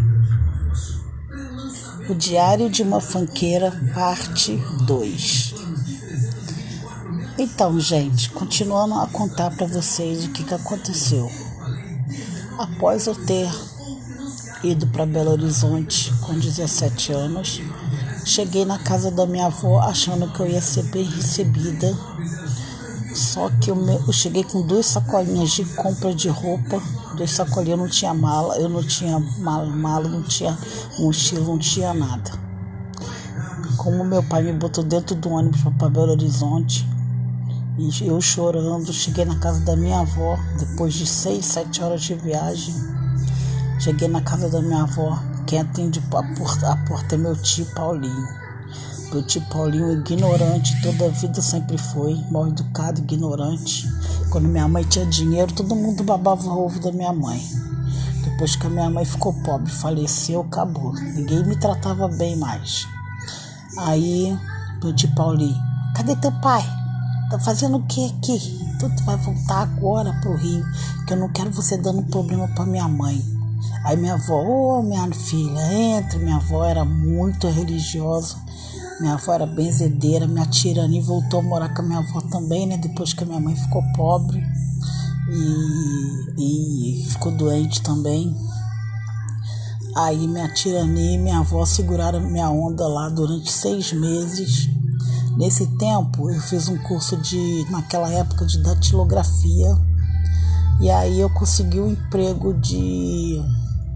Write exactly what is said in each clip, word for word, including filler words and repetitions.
O Diário de uma Funkeira, parte dois. Então, gente, continuando a contar para vocês o que, que aconteceu. Após eu ter ido para Belo Horizonte com dezessete anos, cheguei na casa da minha avó achando que eu ia ser bem recebida. Só que eu, me, eu cheguei com duas sacolinhas de compra de roupa, duas sacolinhas, eu não tinha mala, eu não tinha mala, mala não tinha mochila, não tinha nada. Como meu pai me botou dentro do ônibus para Belo Horizonte, e eu chorando, cheguei na casa da minha avó, depois de seis, sete horas de viagem, cheguei na casa da minha avó, quem atende a porta, a porta é meu tio Paulinho. Meu tio Paulinho, ignorante, toda a vida sempre foi, mal educado, ignorante. Quando minha mãe tinha dinheiro, todo mundo babava o ovo da minha mãe. Depois que a minha mãe ficou pobre, faleceu, acabou. Ninguém me tratava bem mais. Aí, meu tio Paulinho, cadê teu pai? Tá fazendo o que aqui? Tu vai voltar agora pro Rio, que eu não quero você dando problema pra minha mãe. Aí minha avó, ô oh, minha filha, entra. Minha avó era muito religiosa. Minha avó era benzedeira, minha tia Irani voltou a morar com a minha avó também, né? Depois que a minha mãe ficou pobre e, e ficou doente também. Aí minha tia Irani e minha avó seguraram minha onda lá durante seis meses. Nesse tempo eu fiz um curso de, naquela época, de datilografia. E aí eu consegui um emprego de,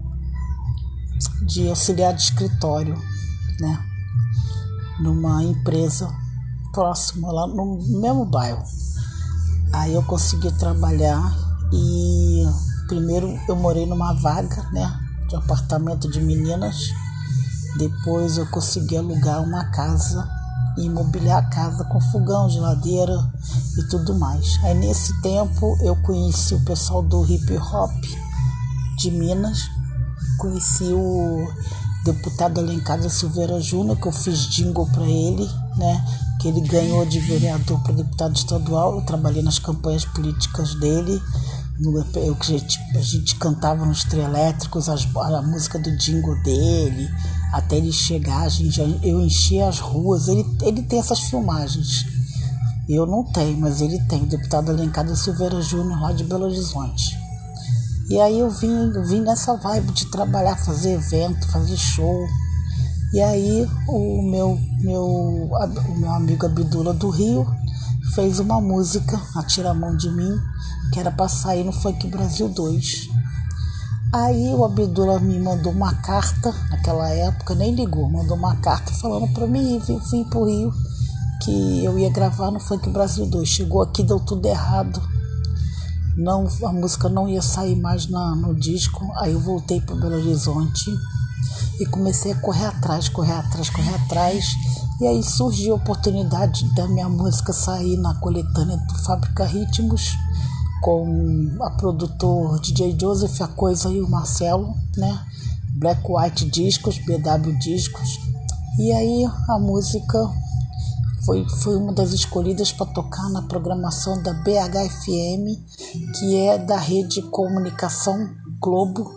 de auxiliar de escritório, né? Numa empresa próxima, lá no mesmo bairro. Aí eu consegui trabalhar e primeiro eu morei numa vaga, né, de apartamento de meninas. Depois eu consegui alugar uma casa e imobiliar a casa com fogão, geladeira e tudo mais. Aí nesse tempo eu conheci o pessoal do hip hop de Minas, conheci o deputado Alencar da Silveira Júnior, que eu fiz jingle para ele, né? Que ele ganhou de vereador para deputado estadual. Eu trabalhei nas campanhas políticas dele. Eu, a, gente, a gente cantava nos trio elétricos as, a música do jingle dele, até ele chegar. A gente, eu enchia as ruas. Ele, ele tem essas filmagens. Eu não tenho, mas ele tem. O deputado Alencar da Silveira Júnior, lá de Belo Horizonte. E aí eu vim, vim nessa vibe de trabalhar, fazer evento, fazer show. E aí o meu, meu, o meu amigo Abdula do Rio fez uma música, A Tira a Mão de Mim, que era para sair no Funk Brasil dois. Aí o Abdula me mandou uma carta, naquela época, nem ligou, mandou uma carta falando para mim vir, vir pro Rio, que eu ia gravar no Funk Brasil dois. Chegou aqui, deu tudo errado. Não, a música não ia sair mais na, no disco. Aí eu voltei para Belo Horizonte e comecei a correr atrás, correr atrás, correr atrás. E aí surgiu a oportunidade da minha música sair na coletânea do Fábrica Ritmos, com a produtor D J Joseph, a Coisa e o Marcelo, né? Black White Discos, B W Discos. E aí a música Foi, foi uma das escolhidas para tocar na programação da B H F M, que é da Rede Comunicação Globo,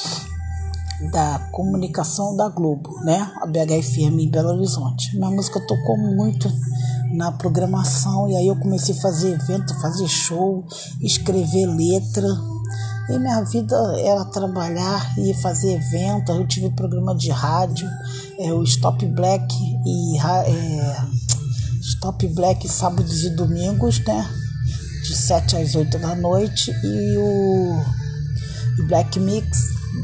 da Comunicação da Globo, né? A B H F M em Belo Horizonte. Minha música tocou muito na programação e aí eu comecei a fazer evento, fazer show, escrever letra. E minha vida era trabalhar e fazer evento. Eu tive programa de rádio, é, o Stop Black e... É, Stop Black sábados e domingos, né? De sete às oito da noite. E o Black Mix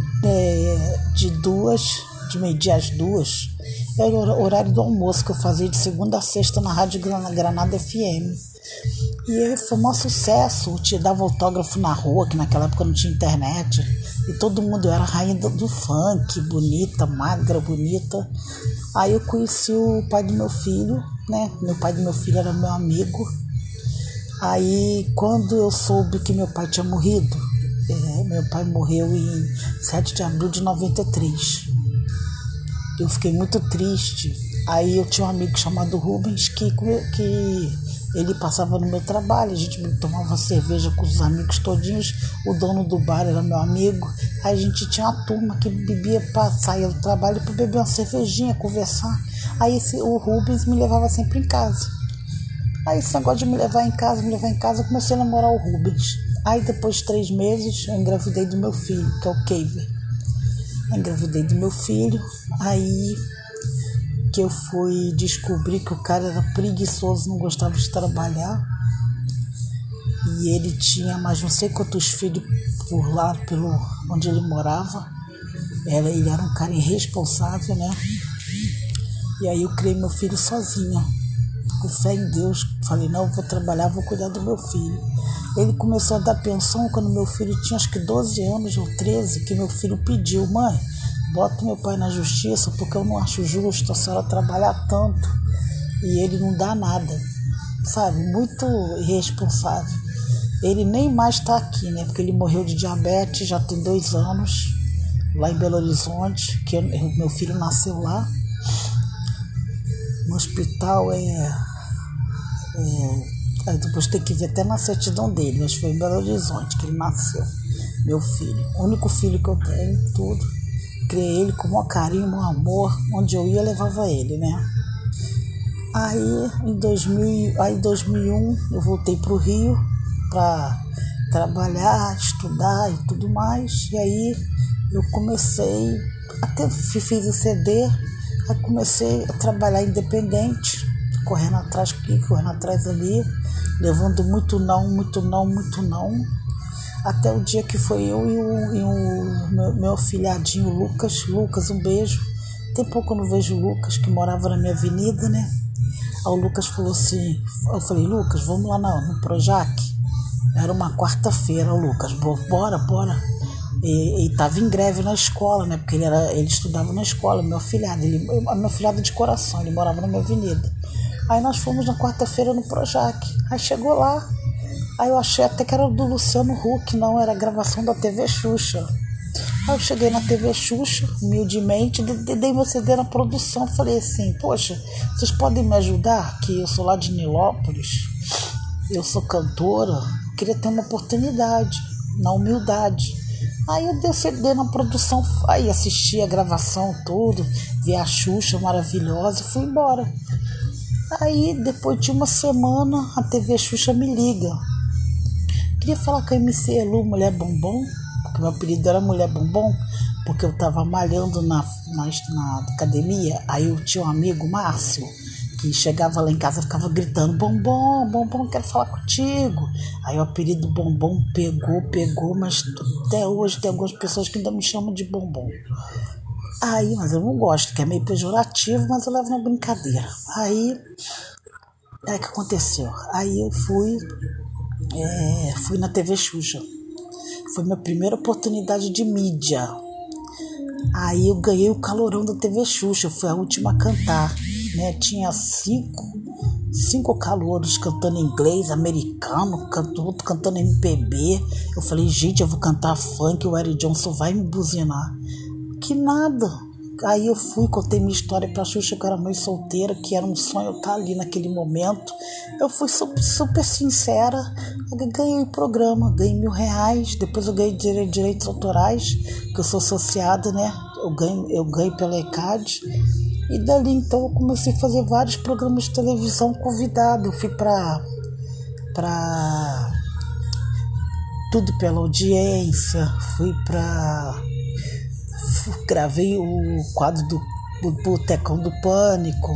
é, de duas, de meio-dia às duas. Era o horário do almoço que eu fazia de segunda a sexta na Rádio Granada F M. E foi um sucesso. Eu te dava autógrafo na rua, que naquela época não tinha internet. E todo mundo, eu era a rainha do, do funk, bonita, magra, bonita. Aí eu conheci o pai do meu filho, né? Meu pai do meu filho era meu amigo. Aí quando eu soube que meu pai tinha morrido, é, meu pai morreu em sete de abril de noventa e três. Eu fiquei muito triste. Aí eu tinha um amigo chamado Rubens que, que Ele passava no meu trabalho, a gente tomava cerveja com os amigos todinhos, o dono do bar era meu amigo, aí a gente tinha uma turma que bebia para sair do trabalho para beber uma cervejinha, conversar. Aí esse, o Rubens me levava sempre em casa. Aí esse negócio de me levar em casa, me levar em casa, eu comecei a namorar o Rubens. Aí depois de três meses eu engravidei do meu filho, que é o Keiver. Engravidei do meu filho, aí que eu fui descobrir que o cara era preguiçoso, não gostava de trabalhar. E ele tinha mais não sei quantos filhos por lá, pelo onde ele morava. Era, ele era um cara irresponsável, né? E aí eu criei meu filho sozinha, com fé em Deus. Falei, não, eu vou trabalhar, vou cuidar do meu filho. Ele começou a dar pensão quando meu filho tinha acho que doze anos ou treze, que meu filho pediu, mãe, bota meu pai na justiça, porque eu não acho justo a senhora trabalhar tanto e ele não dá nada, sabe? Muito irresponsável. Ele nem mais está aqui, né? Porque ele morreu de diabetes, já tem dois anos, lá em Belo Horizonte, que eu, meu filho nasceu lá. No hospital é... é aí depois tem que ver até na certidão dele, mas foi em Belo Horizonte que ele nasceu, meu filho. O único filho que eu tenho, tudo. Criei ele com um carinho, um amor, onde eu ia levava ele, né? Aí em dois mil, aí, dois mil e um eu voltei para o Rio para trabalhar, estudar e tudo mais. E aí eu comecei, até fiz o C D, aí comecei a trabalhar independente, correndo atrás aqui, correndo atrás ali, levando muito não, muito não, muito não. Até o dia que foi eu e o, e o meu, meu filhadinho Lucas. Lucas, um beijo. Tem pouco eu não vejo o Lucas, que morava na minha avenida, né? Aí o Lucas falou assim, eu falei, Lucas, vamos lá no, no Projac. Era uma quarta-feira, o Lucas, bora, bora. E estava em greve na escola, né? Porque ele, era, ele estudava na escola, meu afilhado, ele, meu afilhado de coração, ele morava na minha avenida. Aí nós fomos na quarta-feira no Projac. Aí chegou lá, aí eu achei até que era do Luciano Huck, não, era a gravação da T V Xuxa. Aí eu cheguei na T V Xuxa, humildemente, dei meu C D na produção, falei assim, poxa, vocês podem me ajudar? Que eu sou lá de Nilópolis, eu sou cantora, queria ter uma oportunidade, na humildade. Aí eu dei C D na produção, aí assisti a gravação, tudo, vi a Xuxa maravilhosa e fui embora. Aí, depois de uma semana, a T V Xuxa me liga. Queria falar com a M C Elu, Mulher Bombom, porque meu apelido era Mulher Bombom, porque eu tava malhando na, na, na academia. Aí eu tinha um amigo, Márcio, que chegava lá em casa e ficava gritando, Bombom, Bombom, quero falar contigo. Aí o apelido Bombom pegou, pegou, mas até hoje tem algumas pessoas que ainda me chamam de Bombom. Aí, mas eu não gosto, que é meio pejorativo, mas eu levo na brincadeira. Aí, é que aconteceu. Aí eu fui, é, fui na T V Xuxa. Foi minha primeira oportunidade de mídia. Aí eu ganhei o calorão da T V Xuxa, fui a última a cantar, né? Tinha cinco, cinco calouros cantando inglês, americano, canto, outro cantando M P B. Eu falei, gente, eu vou cantar funk, o Eric Johnson vai me buzinar. Que nada. Aí eu fui, contei minha história pra Xuxa, que eu era mãe solteira, que era um sonho eu estar ali naquele momento. Eu fui super, super sincera, eu ganhei o programa, ganhei mil reais, depois eu ganhei dire- direitos autorais, que eu sou associada, né? Eu ganho, eu ganho pela E C A D. E dali então eu comecei a fazer vários programas de televisão convidado. Eu fui pra, pra Tudo Pela Audiência, fui pra... Gravei o quadro do, do Botecão do Pânico,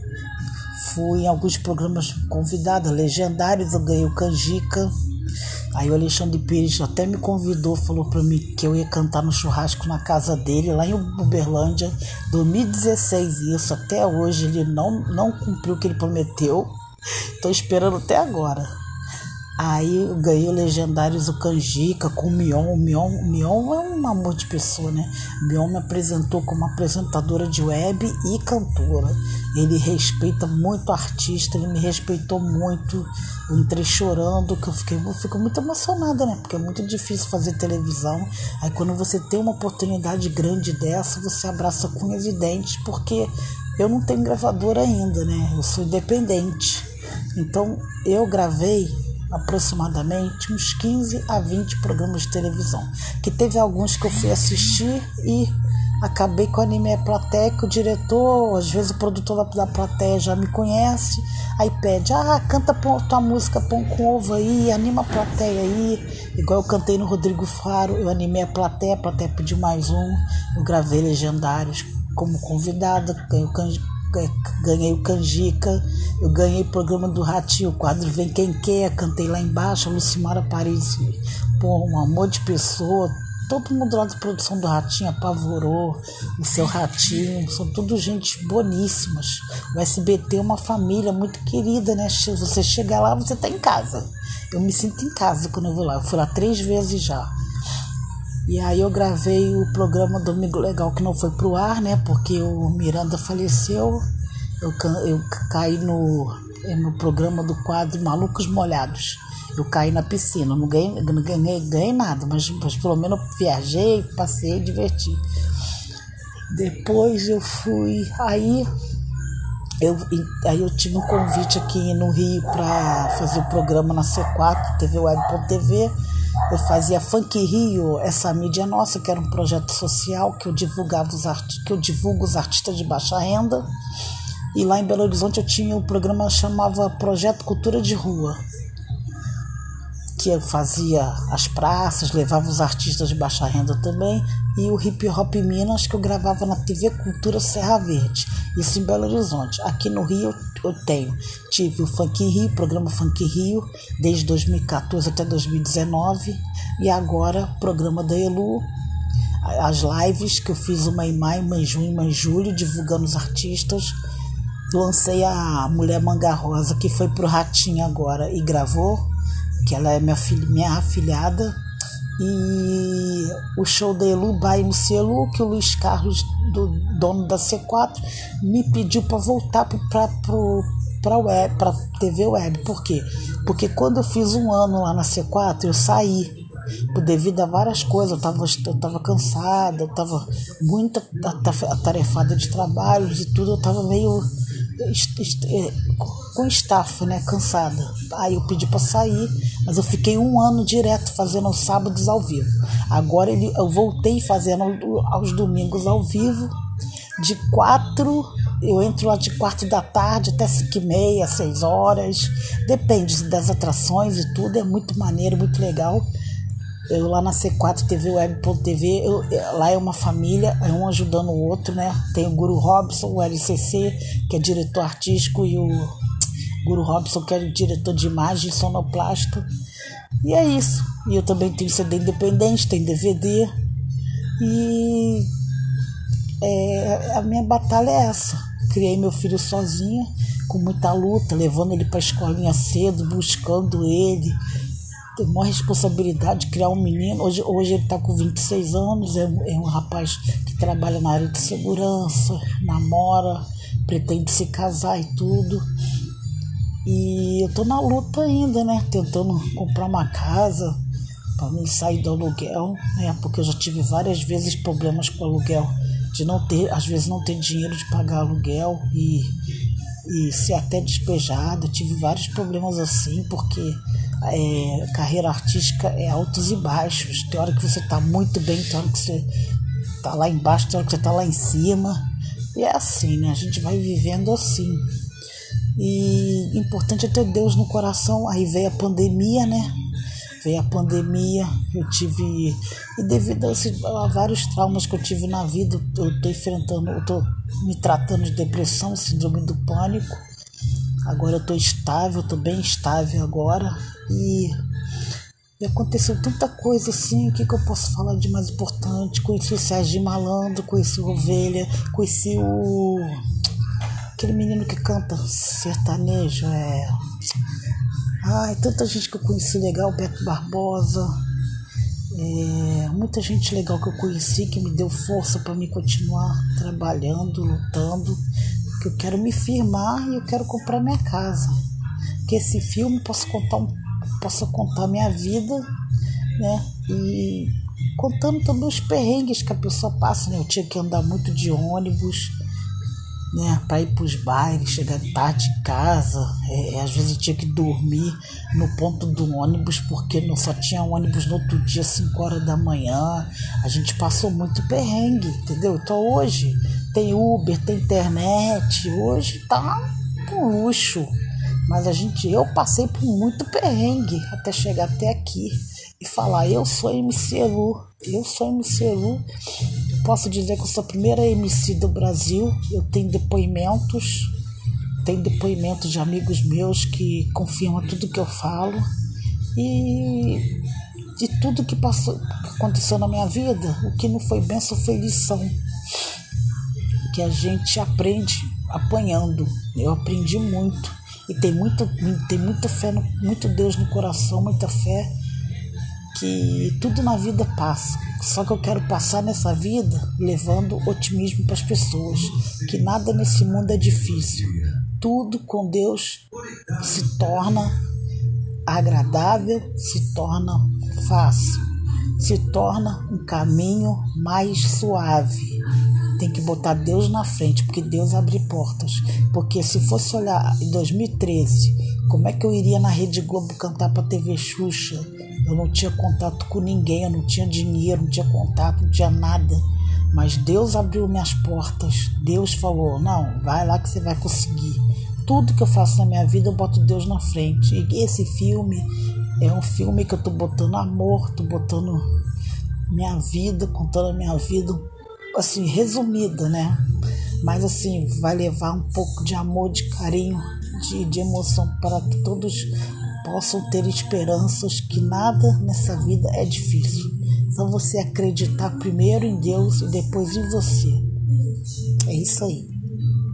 fui em alguns programas convidada, legendários, eu ganhei o Canjica. Aí o Alexandre Pires até me convidou, falou pra mim que eu ia cantar no churrasco na casa dele, lá em Uberlândia, dois mil e dezesseis, e isso até hoje ele não, não cumpriu o que ele prometeu, tô esperando até agora. Aí eu ganhei o Legendários do Canjica com o Mion. O Mion, o Mion é um amor de pessoa, né? O Mion me apresentou como apresentadora de web e cantora. Ele respeita muito o artista, ele me respeitou muito. Eu entrei chorando, que eu, fiquei, eu fico muito emocionada, né? Porque é muito difícil fazer televisão. Aí quando você tem uma oportunidade grande dessa, você abraça com unhas e dentes, porque eu não tenho gravadora ainda, né? Eu sou independente. Então eu gravei aproximadamente uns quinze a vinte programas de televisão, que teve alguns que eu fui assistir e acabei com a Anime Plateia, que o diretor, às vezes o produtor da plateia já me conhece, aí pede, ah, canta tua música Pão com Ovo aí, anima a plateia aí, igual eu cantei no Rodrigo Faro, eu animei a plateia, a plateia pediu mais um, eu gravei Legendários como convidada, ganhei o Canjica, eu ganhei o programa do Ratinho, o quadro Vem Quem Quer, cantei lá embaixo, a Lucimara Paris, pô, um amor de pessoa, todo mundo lá da produção do Ratinho apavorou, o seu Ratinho, são tudo gente boníssimas. O S B T é uma família muito querida, né? Você chegar lá, você tá em casa. Eu me sinto em casa quando eu vou lá, eu fui lá três vezes já. E aí eu gravei o programa Domingo Legal, que não foi pro ar, né? Porque o Miranda faleceu, eu, eu caí no, no programa do quadro Malucos Molhados. Eu caí na piscina, não ganhei, não ganhei, ganhei nada, mas, mas pelo menos eu viajei, passei, diverti. Depois eu fui, aí eu, aí eu tive um convite aqui no Rio para fazer o programa na C quatro, T V Web ponto T V. Eu fazia Funk Rio, essa mídia nossa, que era um projeto social que eu divulgava os arti- que eu divulgo os artistas de baixa renda. E lá em Belo Horizonte eu tinha um programa que chamava Projeto Cultura de Rua, que eu fazia as praças, levava os artistas de baixa renda também, e o Hip Hop Minas, que eu gravava na T V Cultura Serra Verde, isso em Belo Horizonte. Aqui no Rio eu tenho, tive o Funk Rio, o programa Funk Rio, desde dois mil e quatorze até dois mil e dezenove, e agora o programa da Elu, as lives que eu fiz uma em maio, uma em junho, uma em julho, divulgando os artistas. Lancei a Mulher Manga Rosa, que foi pro Ratinho agora e gravou, que ela é minha, filha, minha afilhada, e o show da Elu by M C Elu, que o Luiz Carlos, do dono da C quatro, me pediu para voltar para para T V Web. Por quê? Porque quando eu fiz um ano lá na C quatro, eu saí, devido a várias coisas, eu estava eu tava cansada, eu estava muito atarefada de trabalhos e tudo, eu estava meio com estafa, né, cansada. Aí eu pedi para sair, mas eu fiquei um ano direto fazendo aos sábados ao vivo. Agora ele, eu voltei fazendo aos domingos ao vivo, de quatro, eu entro lá de quatro da tarde até cinco e meia, seis horas, depende das atrações e tudo, é muito maneiro, muito legal. Eu lá na C quatro, T V Web ponto T V, eu, lá é uma família, é um ajudando o outro, né? Tem o Guru Robson, o L C C, que é diretor artístico, e o Guru Robson, que é diretor de imagem e sonoplasta. E é isso. E eu também tenho C D independente, tem D V D. E é, a minha batalha é essa. Criei meu filho sozinha, com muita luta, levando ele para a escolinha cedo, buscando ele. Tem uma responsabilidade de criar um menino. Hoje, hoje ele está com vinte e seis anos, é um, é um rapaz que trabalha na área de segurança, namora, pretende se casar e tudo. E eu estou na luta ainda, né? Tentando comprar uma casa para mim sair do aluguel, né? Porque eu já tive várias vezes problemas com aluguel, de não ter, às vezes não ter dinheiro de pagar aluguel e, e ser até despejada. Eu tive vários problemas assim, porque É, carreira artística é altos e baixos. Tem hora que você está muito bem, tem hora que você está lá embaixo, tem hora que você está lá em cima. E é assim, né? A gente vai vivendo assim. E importante é ter Deus no coração. Aí veio a pandemia, né? Veio a pandemia, eu tive... E devido a, esse, a vários traumas que eu tive na vida, eu estou enfrentando, eu estou me tratando de depressão, síndrome do pânico. Agora eu estou estável, estou bem estável agora. E, e aconteceu tanta coisa assim, o que, que eu posso falar de mais importante? Conheci o Sérgio Malandro, conheci o Ovelha, conheci o... aquele menino que canta sertanejo, é... Ai, tanta gente que eu conheci legal, Beto Barbosa, é, muita gente legal que eu conheci, que me deu força para me continuar trabalhando, lutando, que eu quero me firmar e eu quero comprar minha casa. Que esse filme possa contar, um, possa contar minha vida, né? E contando também os perrengues que a pessoa passa, né? Eu tinha que andar muito de ônibus, né, para ir para os bailes, chegar tarde em casa, é, às vezes eu tinha que dormir no ponto do ônibus, porque não só tinha ônibus no outro dia, cinco horas da manhã, a gente passou muito perrengue, entendeu? Então hoje tem Uber, tem internet, hoje tá com luxo, mas a gente, eu passei por muito perrengue até chegar até aqui e falar, eu sou M C Lu, eu sou M C Lu. Posso dizer que eu sou a primeira M C do Brasil. Eu tenho depoimentos, tenho depoimentos de amigos meus que confirmam tudo que eu falo. E de tudo que passou, que aconteceu na minha vida, o que não foi bênção foi lição. Que a gente aprende apanhando. Eu aprendi muito. E tem muito, tem muita fé, no, muito Deus no coração, muita fé, que tudo na vida passa. Só que eu quero passar nessa vida levando otimismo para as pessoas, que nada nesse mundo é difícil. Tudo com Deus se torna agradável, se torna fácil, se torna um caminho mais suave. Tem que botar Deus na frente, porque Deus abre portas. Porque se fosse olhar em dois mil e treze, como é que eu iria na Rede Globo cantar para a T V Xuxa? Eu não tinha contato com ninguém, eu não tinha dinheiro, não tinha contato, não tinha nada. Mas Deus abriu minhas portas. Deus falou, não, vai lá que você vai conseguir. Tudo que eu faço na minha vida, eu boto Deus na frente. E esse filme é um filme que eu tô botando amor, tô botando minha vida, contando a minha vida, assim, resumida, né? Mas assim, vai levar um pouco de amor, de carinho, de, de emoção, para que todos possam ter esperanças, que nada nessa vida é difícil. Só você acreditar primeiro em Deus e depois em você. É isso aí.